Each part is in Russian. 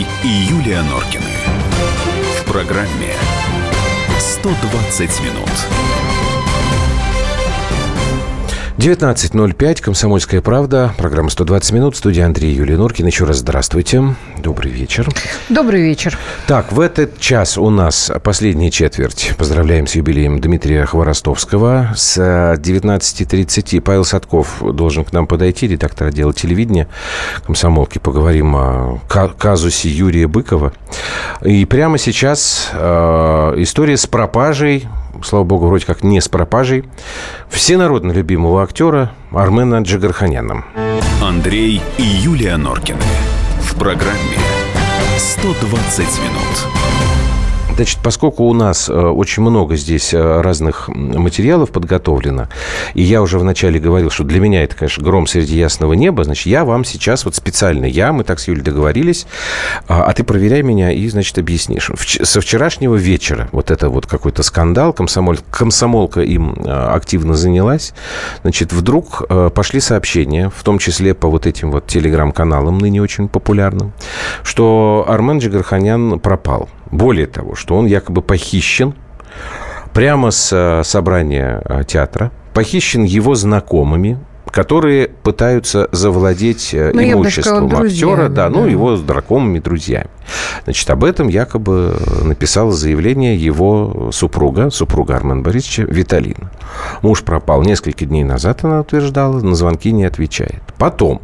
Андрей и Юлия Норкины. В программе «120 минут». 19:05, «Комсомольская правда», программа «120 минут», студия Андрей и Юлия Норкин. Еще раз здравствуйте, добрый вечер. Добрый вечер. Так, в этот час у нас последняя четверть. Поздравляем с юбилеем Дмитрия Хворостовского. С 19:30 Павел Садков должен к нам подойти, редактор отдела телевидения «Комсомолки». Поговорим о казусе Юрия Быкова. И прямо сейчас история с пропажей, слава богу, вроде как не с пропажей, всенародно любимого актера Армена Джигарханяна. Андрей и Юлия Норкины. В программе «120 минут». Значит, поскольку у нас очень много здесь разных материалов подготовлено, и я уже вначале говорил, что для меня это, конечно, гром среди ясного неба, значит, я вам сейчас вот специально, мы так с Юлей договорились, а ты проверяй меня и, значит, объяснишь. Со вчерашнего вечера вот это вот какой-то скандал, комсомолка им активно занялась, значит, вдруг пошли сообщения, в том числе по вот этим вот телеграм-каналам, ныне очень популярным, что Армен Джигарханян пропал. Более того, что он якобы похищен прямо с собрания театра, похищен его знакомыми, которые пытаются завладеть имуществом актера, да, его знакомыми, друзьями. Значит, об этом якобы написала заявление его супруга Армена Борисовича, Виталина. Муж пропал несколько дней назад, она утверждала, на звонки не отвечает. Потом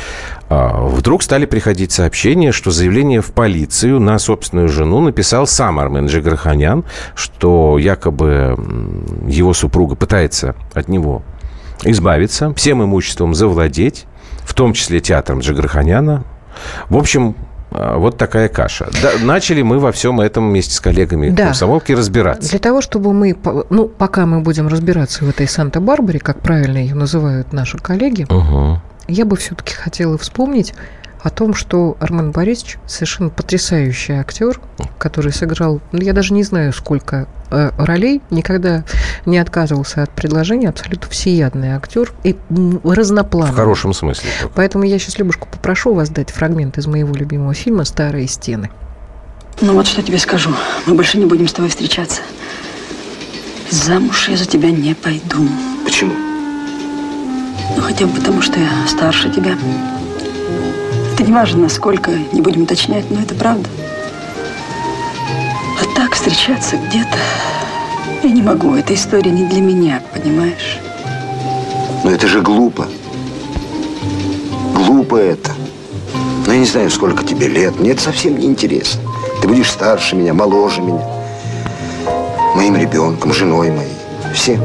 вдруг стали приходить сообщения, что заявление в полицию на собственную жену написал сам Армен Джигарханян, что якобы его супруга пытается от него избавиться, всем имуществом завладеть, в том числе театром Джигарханяна. В общем, вот такая каша. Да, начали мы во всем этом вместе с коллегами комсомолки разбираться. Для того, чтобы мы, пока мы будем разбираться в этой Санта-Барбаре, как правильно ее называют наши коллеги, я бы все-таки хотела вспомнить о том, что Армен Борисович совершенно потрясающий актер, который сыграл, я даже не знаю, сколько ролей, никогда не отказывался от предложения, абсолютно всеядный актер и разноплановый. В хорошем смысле. Поэтому я сейчас, Любушка, попрошу вас дать фрагмент из моего любимого фильма «Старые стены». Ну вот что тебе скажу, мы больше не будем с тобой встречаться. Замуж я за тебя не пойду. Почему? Ну, хотя бы потому, что я старше тебя. Это не важно, насколько, не будем уточнять, но это правда. А так встречаться где-то я не могу. Эта история не для меня, понимаешь? Но это же глупо. Глупо это. Ну, я не знаю, сколько тебе лет. Мне это совсем не интересно. Ты будешь старше меня, моложе меня. Моим ребенком, женой моей. Всем.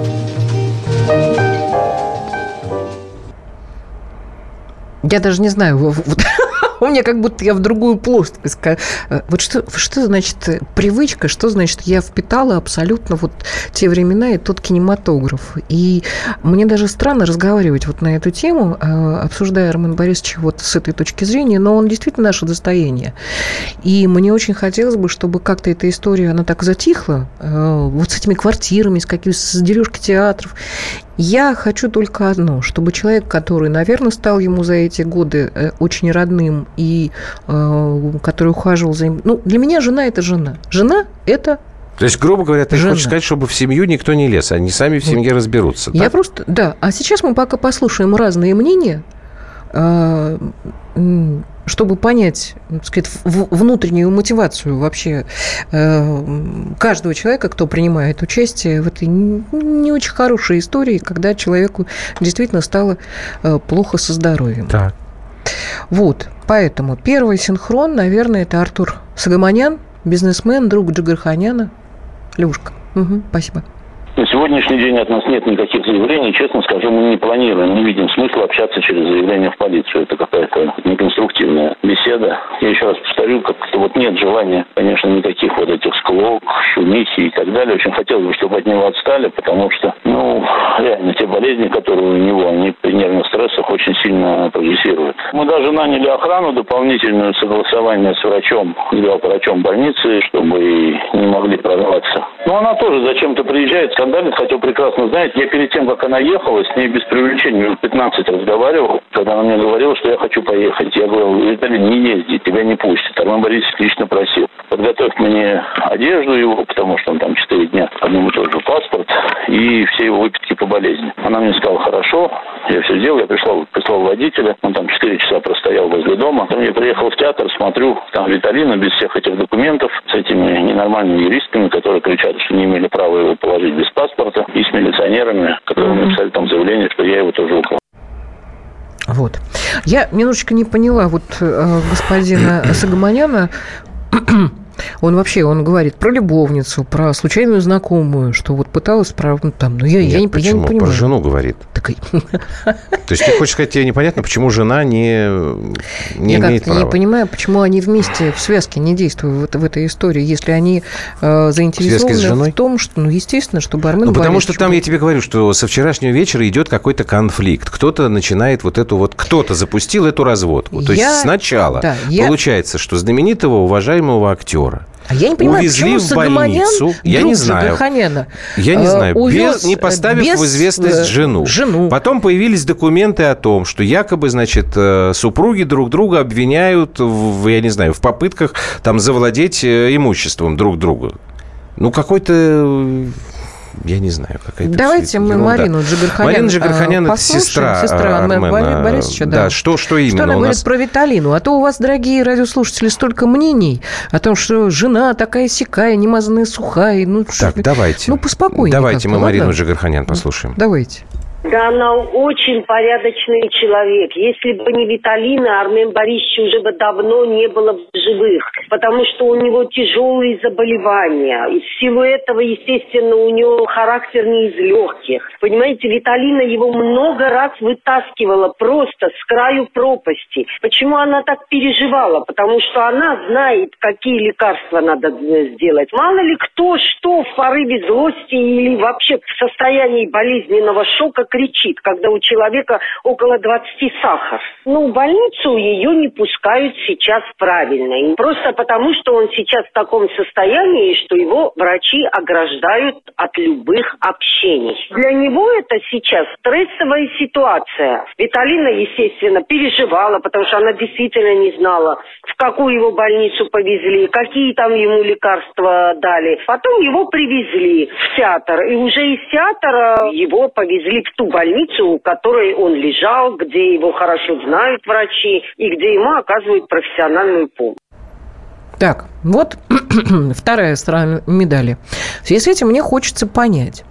Я даже не знаю, у меня как будто я в другую плоскость. Вот что значит привычка, что значит я впитала абсолютно вот те времена и тот кинематограф. И мне даже странно разговаривать вот на эту тему, обсуждая Армена Борисовича вот с этой точки зрения, но он действительно наше достояние. И мне очень хотелось бы, чтобы как-то эта история, она так затихла, вот с этими квартирами, с дележкой театров. Я хочу только одно, чтобы человек, который, наверное, стал ему за эти годы очень родным и который ухаживал за ним... для меня жена – это жена. Жена – это То есть, грубо говоря, ты хочешь сказать, чтобы в семью никто не лез, они сами в семье разберутся. Я просто... Да. А сейчас мы пока послушаем разные мнения, чтобы понять, так сказать, внутреннюю мотивацию вообще каждого человека, кто принимает участие в этой не очень хорошей истории, когда человеку действительно стало плохо со здоровьем. Так. Вот, поэтому первый синхрон, наверное, это Артур Согомонян, бизнесмен, друг Джигарханяна. Левушка, спасибо. На сегодняшний день от нас нет никаких заявлений. Честно скажу, мы не планируем, не видим смысла общаться через заявление в полицию. Это какая-то неконструктивная беседа. Я еще раз повторю, как-то вот нет желания, конечно, никаких вот этих склок, шумихи и так далее. Очень хотелось бы, чтобы от него отстали, потому что, реально, те болезни, которые у него, они при нервных стрессах очень сильно прогрессируют. Мы даже наняли охрану дополнительную, согласование с врачом, главврачом больницы, чтобы не могли прорваться. Но она тоже зачем-то приезжает, скандальный помнит, хотя прекрасно знает, я перед тем, как она ехала, с ней без привлечения минут 15 разговаривал, когда она мне говорила, что я хочу поехать. Я говорил, Виталий, не езди, тебя не пустят. Армен Борисович лично просил. Подготовь мне одежду его, потому что он там 4 дня, одним и тот же паспорт, и все его выписки по болезни. Она мне сказала, хорошо, я все сделал, я прислал водителя, он там 4 часа простоял возле дома. Потом я приехал в театр, смотрю, там Виталина без всех этих документов, с этими ненормальными юристами, которые кричат, что не имели права его положить без паспорта, и с милиционерами, которые написали там заявление, что я его тоже украл. Вот. Я немножечко не поняла вот господина Согомоняна. Он говорит про любовницу, про случайную знакомую, что вот пыталась там, но я не понимаю. Про жену говорит. Так... То есть ты хочешь сказать, тебе непонятно, почему жена не имеет права? Я не понимаю, почему они вместе в связке не действуют в этой истории, если они заинтересованы в том, что, естественно, чтобы Армен Борисович... Потому что там я тебе говорю, что со вчерашнего вечера идет какой-то конфликт. Кто-то начинает кто-то запустил эту разводку. То есть сначала получается, что знаменитого, уважаемого актера я не понимаю, увезли в больницу, я не знаю, не поставив в известность жену. Потом появились документы о том, что якобы, супруги друг друга обвиняют в попытках там завладеть имуществом друг друга. Какой-то... Я не знаю, какая-то... Давайте мы Марину Джигарханян Марина Джигарханян – это сестра Армена Борисовича. Да, что именно? Что она говорит про Виталину? А то у вас, дорогие радиослушатели, столько мнений о том, что жена такая-сякая, немазанная, сухая. Так, давайте. Поспокойнее. Давайте мы Марину Джигарханян послушаем. Давайте. Да, она очень порядочный человек. Если бы не Виталина, Армен Борисович уже бы давно не было в живых, потому что у него тяжелые заболевания. И в силу этого, естественно, у него характер не из легких. Понимаете, Виталина его много раз вытаскивала просто с краю пропасти. Почему она так переживала? Потому что она знает, какие лекарства надо сделать. Мало ли кто что в порыве злости или вообще в состоянии болезненного шока кричит, когда у человека около 20 сахар. В больницу ее не пускают сейчас правильно. И просто потому, что он сейчас в таком состоянии, что его врачи ограждают от любых общений. Для него это сейчас стрессовая ситуация. Виталина, естественно, переживала, потому что она действительно не знала, в какую его больницу повезли, какие там ему лекарства дали. Потом его привезли в театр, и уже из театра его повезли в ту больницу, в которой он лежал, где его хорошо знают врачи и где ему оказывают профессиональную помощь. Так, вот вторая сторона медали. В связи с этим мне хочется понять.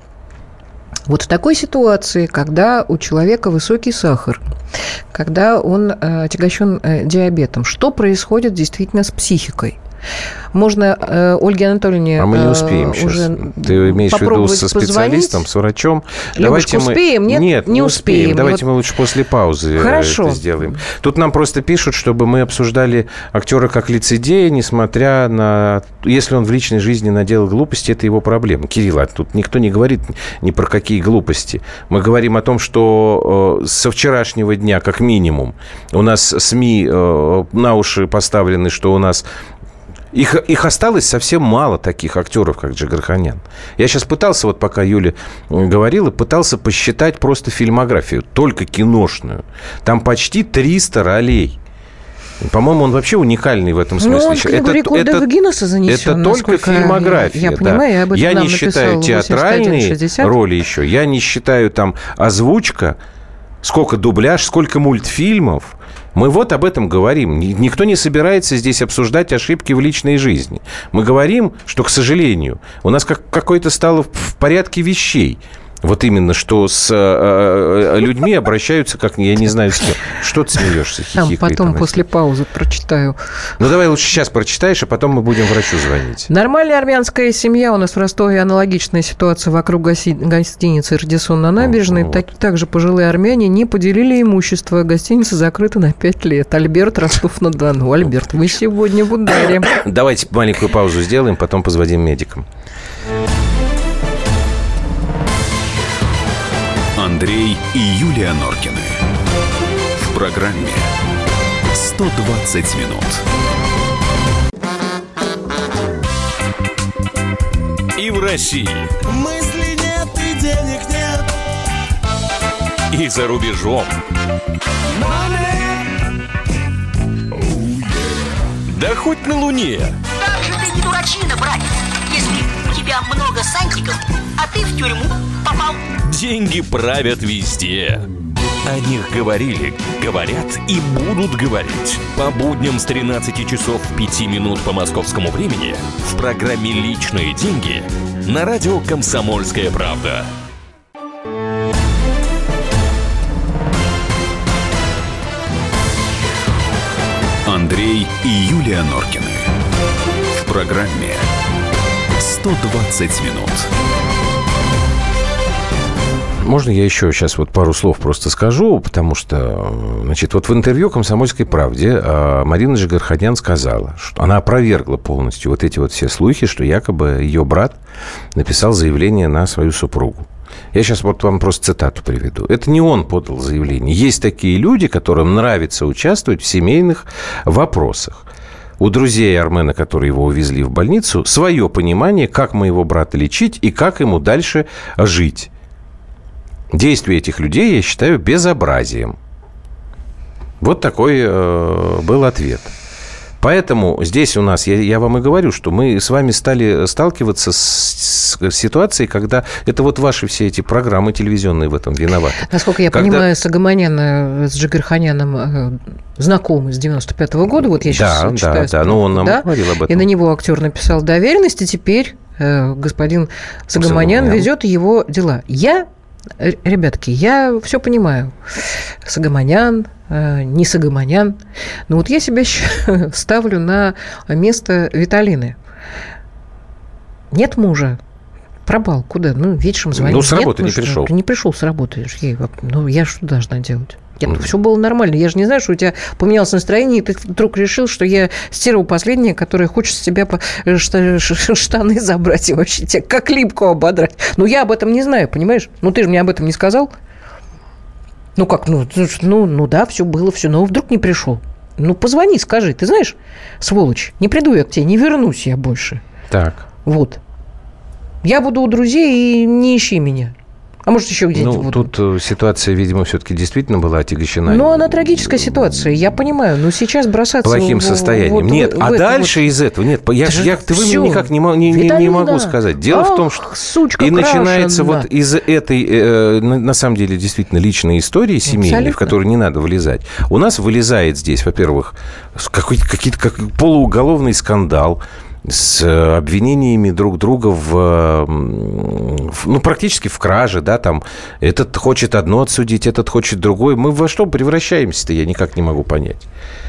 Вот в такой ситуации, когда у человека высокий сахар, когда он отягощен диабетом, что происходит действительно с психикой? Можно Ольге Анатольевне мы не успеем сейчас. Ты имеешь в виду со специалистом, с врачом? Любушка, успеем? Нет, не успеем. Давайте мы лучше после паузы это сделаем. Тут нам просто пишут, чтобы мы обсуждали актера как лицедея, несмотря на... Если он в личной жизни наделал глупости, это его проблема. Кирилл, тут никто не говорит ни про какие глупости. Мы говорим о том, что со вчерашнего дня, как минимум, у нас СМИ на уши поставлены, что у нас... Их осталось совсем мало, таких актеров, как Джигарханян. Я сейчас пытался, пока Юля говорила, пытался посчитать просто фильмографию, только киношную. Там почти 300 ролей. По-моему, он вообще уникальный в этом смысле. Он в книгу рекордов Гиннесса занесен. Это только фильмография. Я понимаю, я об этом не считаю театральные роли еще. Я не считаю там озвучка, сколько дубляж, сколько мультфильмов. Мы об этом говорим. Никто не собирается здесь обсуждать ошибки в личной жизни. Мы говорим, что, к сожалению, у нас какое-то стало в порядке вещей. Вот именно, что с людьми обращаются, как, я не знаю, с кем. Что ты смеешься, хихикай? Потом после паузы прочитаю. Давай лучше сейчас прочитаешь, а потом мы будем врачу звонить. Нормальная армянская семья. У нас в Ростове аналогичная ситуация вокруг гостиницы «Радиссон» на набережной. Также пожилые армяне не поделили имущество. Гостиница закрыта на 5 лет. Альберт, Ростов-на-Дону. Альберт, мы сегодня в ударе. Давайте маленькую паузу сделаем, потом позвоним медикам. Андрей и Юлия Норкины. В программе 120 минут. И в России. Мысли нет, денег нет. И за рубежом. Да хоть на Луне. Как же ты не дурачина, братец, если у тебя много сантиков, а ты в тюрьму попал. Деньги правят везде. О них говорили, говорят и будут говорить. По будням с 13 часов 5 минут по московскому времени в программе «Личные деньги» на радио «Комсомольская правда». Андрей и Юлия Норкины. В программе «120 минут». Можно я еще сейчас вот пару слов просто скажу, потому что, значит, вот в интервью «Комсомольской правде» Марина Джигарханян сказала, что она опровергла полностью вот эти вот все слухи, что якобы ее брат написал заявление на свою супругу. Я сейчас вот вам просто цитату приведу. Это не он подал заявление. Есть такие люди, которым нравится участвовать в семейных вопросах. У друзей Армена, которые его увезли в больницу, свое понимание, как моего брата лечить и как ему дальше жить. Действия этих людей я считаю безобразием. Вот такой был ответ. Поэтому здесь у нас, я вам и говорю, что мы с вами стали сталкиваться с ситуацией, когда это вот ваши все эти программы телевизионные в этом виноваты. Насколько я понимаю, Согомонян с Джигарханяном знакомы с 95-го года. Вот я сейчас читаю. Да, ну он нам говорил об этом. И на него актер написал доверенность, и теперь господин Согомонян везет его дела. Ребятки, я все понимаю. Согомонян, не Согомонян. Но вот я себя ставлю на место Виталины. Нет мужа. Пропал. Куда? Вечером звонит. Ну, с работы не пришел. Не пришел с работы. Я что должна делать? Все было нормально. Я же не знаю, что у тебя поменялось настроение, и ты вдруг решил, что я стерва последняя, которая хочет с тебя штаны забрать и вообще тебя как липку ободрать. Я об этом не знаю, понимаешь? Ты же мне об этом не сказал. Да, все было, все. Но вдруг не пришел. Позвони, скажи. Ты знаешь, сволочь, не приду я к тебе, не вернусь я больше. Так. Вот. Я буду у друзей, и не ищи меня. А может, еще где-нибудь. Тут ситуация, видимо, все-таки действительно была отягощена. Она трагическая ситуация, я понимаю. Но сейчас бросаться... Плохим состоянием. Нет, дальше из этого... Нет, вы мне никак не могу сказать. Дело в том, что... И начинается вот из этой, на самом деле, действительно личной истории семейной, в которую не надо вылезать. У нас вылезает здесь, во-первых, какой-то полууголовный скандал, с обвинениями друг друга практически в краже, да, там, этот хочет одно отсудить, этот хочет другое. Мы во что превращаемся-то, я никак не могу понять.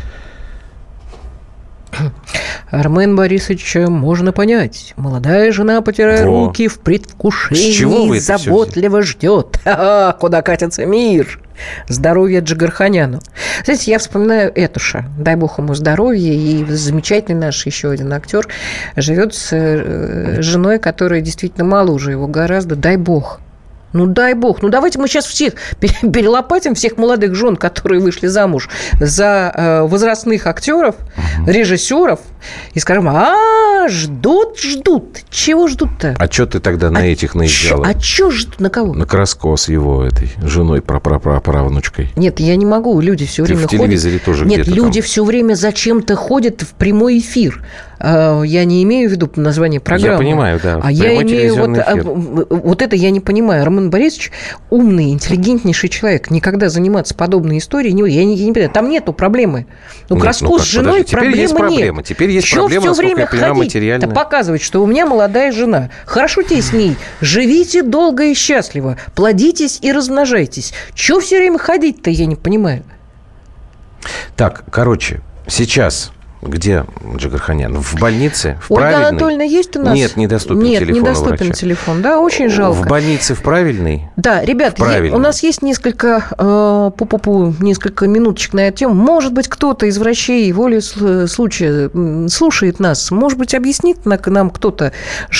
Армен Борисович, можно понять. Молодая жена, потирая руки, в предвкушении заботливо ждет. Куда катится мир? Здоровья Джигарханяну. Знаете, я вспоминаю Этуша. Дай бог ему здоровья. И замечательный наш еще один актер живет с женой, которая действительно моложе его гораздо. Дай бог. Дай бог. Давайте мы сейчас всех перелопатим, всех молодых жен, которые вышли замуж за возрастных актеров, режиссеров, и скажем, ждут. Чего ждут-то? А что ты тогда на этих наезжала? А что ждут? На кого? На Краско с его этой женой, правнучкой. Нет, я не могу. Люди все время ходят. В телевизоре тоже Нет, где-то люди все время зачем-то ходят в прямой эфир. Я не имею в виду название программы. Я понимаю, да. Я имею вот это я не понимаю. Армен Борисович умный, интеллигентнейший человек. Никогда заниматься подобной историей не будет. Я не понимаю. Там нету проблемы. Краско с женой проблемы нет. Теперь есть проблема, насколько я понимаю, материальная. Это показывает, что у меня молодая жена. Хорошо тебе с ней. Живите долго и счастливо. Плодитесь и размножайтесь. Чего все время ходить-то, я не понимаю. Так, сейчас... Где Джигарханян? В больнице? В Ольга правильной? Анатольевна есть у нас? Нет, недоступен телефон. Нет, недоступен телефон. Да, очень жалко. В больнице в правильной? Да, ребят, у нас есть несколько минуточек на эту тему. Может быть, кто-то из врачей волей случая слушает нас. Может быть, объяснит нам кто-то,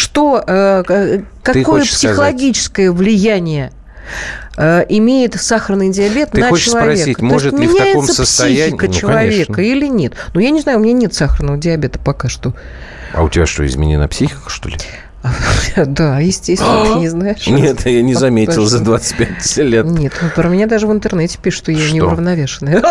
какое психологическое влияние имеет сахарный диабет на человека. Ты хочешь спросить, может ли в таком состоянии... психика человека или нет? Я не знаю, у меня нет сахарного диабета пока что. А у тебя что, изменена психика, что ли? Да, естественно, ты не знаешь. Нет, я не заметил за 25 лет. Нет, про меня даже в интернете пишут, что я неуравновешенная.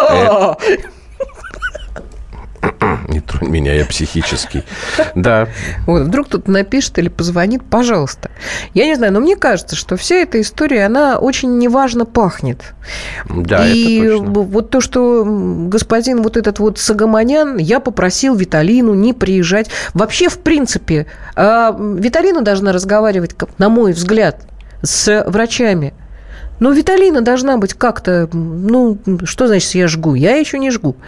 Не тронь меня, я психический. Да. Вот, вдруг кто-то напишет или позвонит, пожалуйста. Я не знаю, но мне кажется, что вся эта история, она очень неважно пахнет. Да, и это точно. Вот то, что господин вот этот вот Согомонян, я попросил Виталину не приезжать. Вообще, в принципе, Виталина должна разговаривать, на мой взгляд, с врачами. Но Виталина должна быть как-то, что значит я жгу? Я еще не жгу.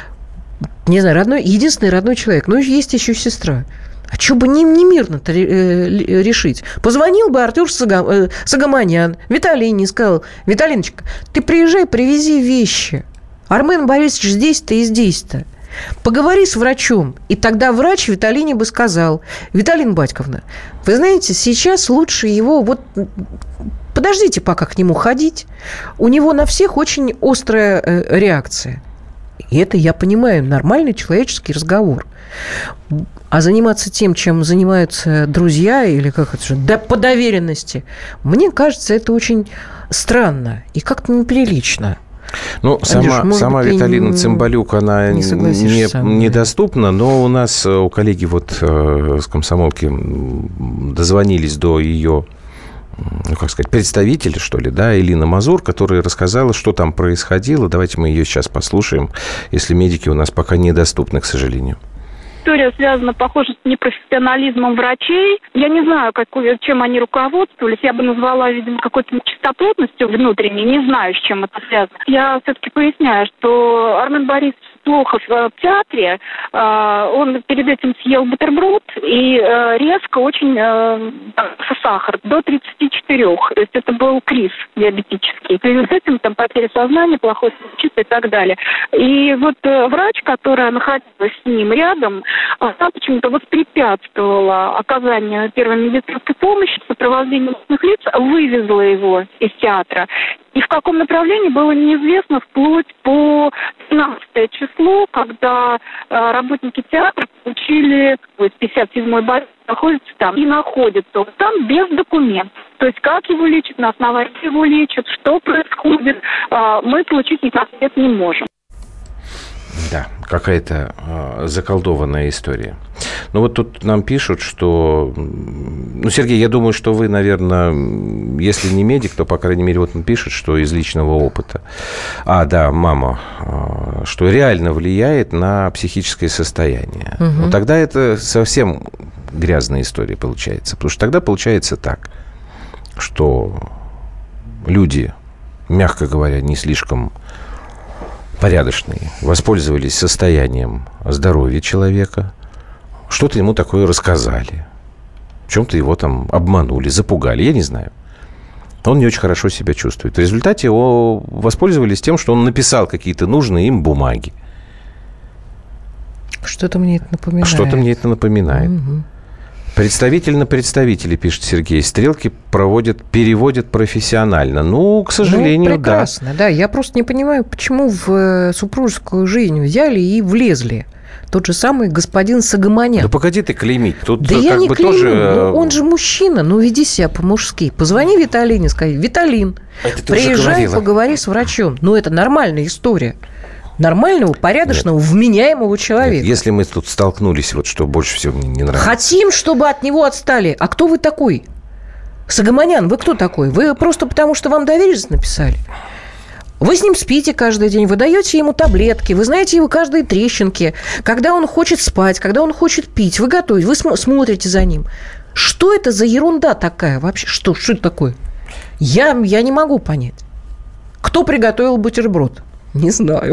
Не знаю, единственный родной человек. Но есть еще сестра. А что бы не мирно-то решить? Позвонил бы Артур Согомонян Виталине и сказал: Виталиночка, ты приезжай, привези вещи. Армен Борисович здесь-то и здесь-то. Поговори с врачом. И тогда врач Виталине бы сказал: Виталина Батьковна, вы знаете, сейчас лучше его... Подождите пока к нему ходить. У него на всех очень острая реакция. И это, я понимаю, нормальный человеческий разговор. А заниматься тем, чем занимаются друзья, или как это же, по доверенности, мне кажется, это очень странно и как-то неприлично. Сама Виталина Цымбалюк, она недоступна, но у нас у коллеги с комсомолки дозвонились до ее... представитель, что ли, да, Элина Мазур, которая рассказала, что там происходило. Давайте мы ее сейчас послушаем, если медики у нас пока недоступны, к сожалению. История связана, похоже, с непрофессионализмом врачей. Я не знаю, чем они руководствовались. Я бы назвала, видимо, какой-то нечистоплотностью внутренней. Не знаю, с чем это связано. Я все-таки поясняю, что Армен Борисович плохо в театре. Он перед этим съел бутерброд и резко очень сахар до 34. То есть это был криз диабетический. В связи с этим потеря сознания, плохой самочувствие и так далее. И врач, которая находилась с ним рядом, она почему-то воспрепятствовала оказанию первой медицинской помощи, сопровождению нужных лиц, вывезла его из театра. И в каком направлении было неизвестно вплоть по 15 число, когда работники театра получили 57-й больницы, находится там и находится там без документов. То есть как его лечат, на основании его лечат, что происходит, мы получить никакой ответ не можем. Да, какая-то заколдованная история. Тут нам пишут, что... Сергей, я думаю, что вы, наверное, если не медик, то, по крайней мере, он пишет, что из личного опыта. Да, мама, что реально влияет на психическое состояние. Угу. Тогда это совсем грязная история получается. Потому что тогда получается так, что люди, мягко говоря, не слишком... порядочные, воспользовались состоянием здоровья человека, что-то ему такое рассказали, в чем-то его там обманули, запугали, я не знаю. Он не очень хорошо себя чувствует. В результате воспользовались тем, что он написал какие-то нужные им бумаги. Что-то мне это напоминает. Угу. Представитель на представителе, пишет Сергей. Стрелки переводят профессионально. К сожалению, прекрасно, да. Я просто не понимаю, почему в супружескую жизнь взяли и влезли. Тот же самый господин Согомонян. Да погоди ты клеймить. Тут да я не клеймю. Тоже... он же мужчина. Веди себя по-мужски. Позвони Виталине, скажи: Виталин, приезжай, поговори с врачом. Это нормальная история. Нормального, порядочного, вменяемого человека. Нет, если мы тут столкнулись, что больше всего мне не нравится. Хотим, чтобы от него отстали. А кто вы такой? Согомонян, вы кто такой? Вы просто потому, что вам доверенность написали? Вы с ним спите каждый день, вы даете ему таблетки, вы знаете его каждые трещинки. Когда он хочет спать, когда он хочет пить, вы готовите, вы смотрите за ним. Что это за ерунда такая вообще? Что это такое? Я не могу понять. Кто приготовил бутерброд? Не знаю.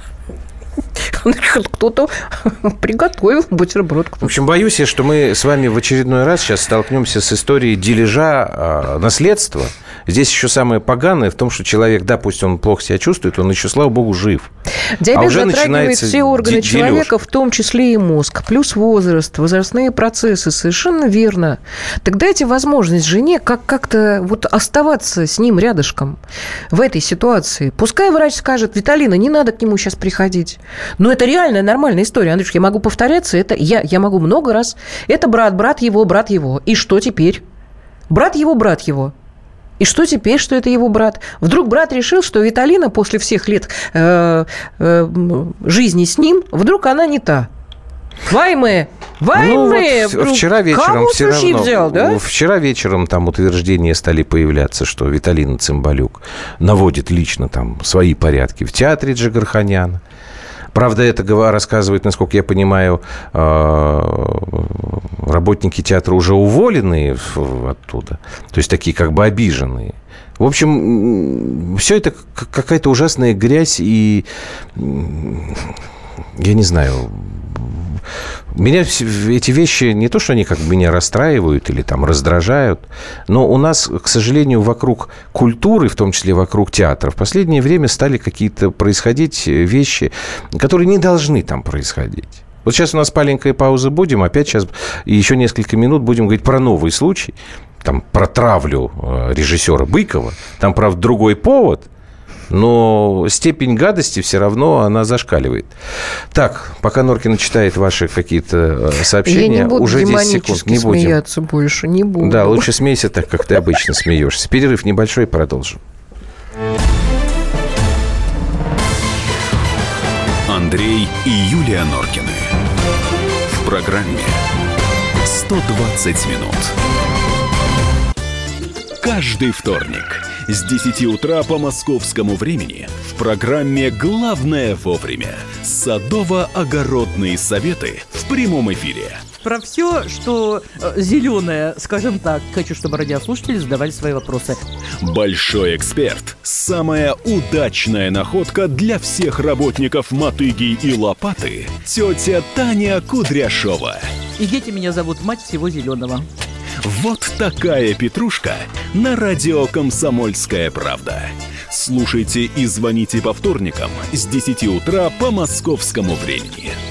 Кто-то приготовил бутерброд. В общем, боюсь я, что мы с вами в очередной раз сейчас столкнемся с историей дележа наследства. Здесь еще самое поганое в том, что человек, да, пусть он плохо себя чувствует, он еще, слава богу, жив. Диабет затрагивает все органы человека, в том числе и мозг. Плюс возраст, возрастные процессы. Совершенно верно. Так дайте возможность жене как-то вот оставаться с ним рядышком в этой ситуации. Пускай врач скажет: Виталина, не надо к нему сейчас приходить. Но это реальная нормальная история. Андрюш, я могу повторяться. Это я могу много раз. Это брат его. И что теперь? Брат его. И что теперь, что это его брат? Вдруг брат решил, что Виталина после всех лет жизни с ним, вдруг она не та. Вчера вечером все равно, взял, да? Вчера вечером там утверждения стали появляться, что Виталина Цымбалюк наводит лично там свои порядки в театре Джигарханяна. Правда, это рассказывает, насколько я понимаю, работники театра уже уволенные оттуда. То есть такие как бы обиженные. В общем, все это какая-то ужасная грязь. И я не знаю... Меня эти вещи не то, что они как бы меня расстраивают или там раздражают, но у нас, к сожалению, вокруг культуры, в том числе вокруг театра, в последнее время стали какие-то происходить вещи, которые не должны там происходить. Вот сейчас у нас маленькая пауза будем, опять сейчас еще несколько минут будем говорить про новый случай, там, про травлю режиссера Быкова, там, правда, другой повод. Но степень гадости все равно она зашкаливает. Так, пока Норкина читает ваши какие-то сообщения, я не буду уже 10 секунд. Не будем смеяться больше, не буду. Да, лучше смейся так, как ты обычно смеешься. Перерыв небольшой, продолжим. Андрей и Юлия Норкины. В программе 120 минут. Каждый вторник с 10 утра по московскому времени в программе «Главное вовремя» садово-огородные советы в прямом эфире. Про все, что зеленое, скажем так. Хочу, чтобы радиослушатели задавали свои вопросы. Большой эксперт. Самая удачная находка для всех работников мотыги и лопаты. Тетя Таня Кудряшова. И дети меня зовут мать всего зеленого. Вот такая петрушка на радио «Комсомольская правда». Слушайте и звоните по вторникам с 10 утра по московскому времени.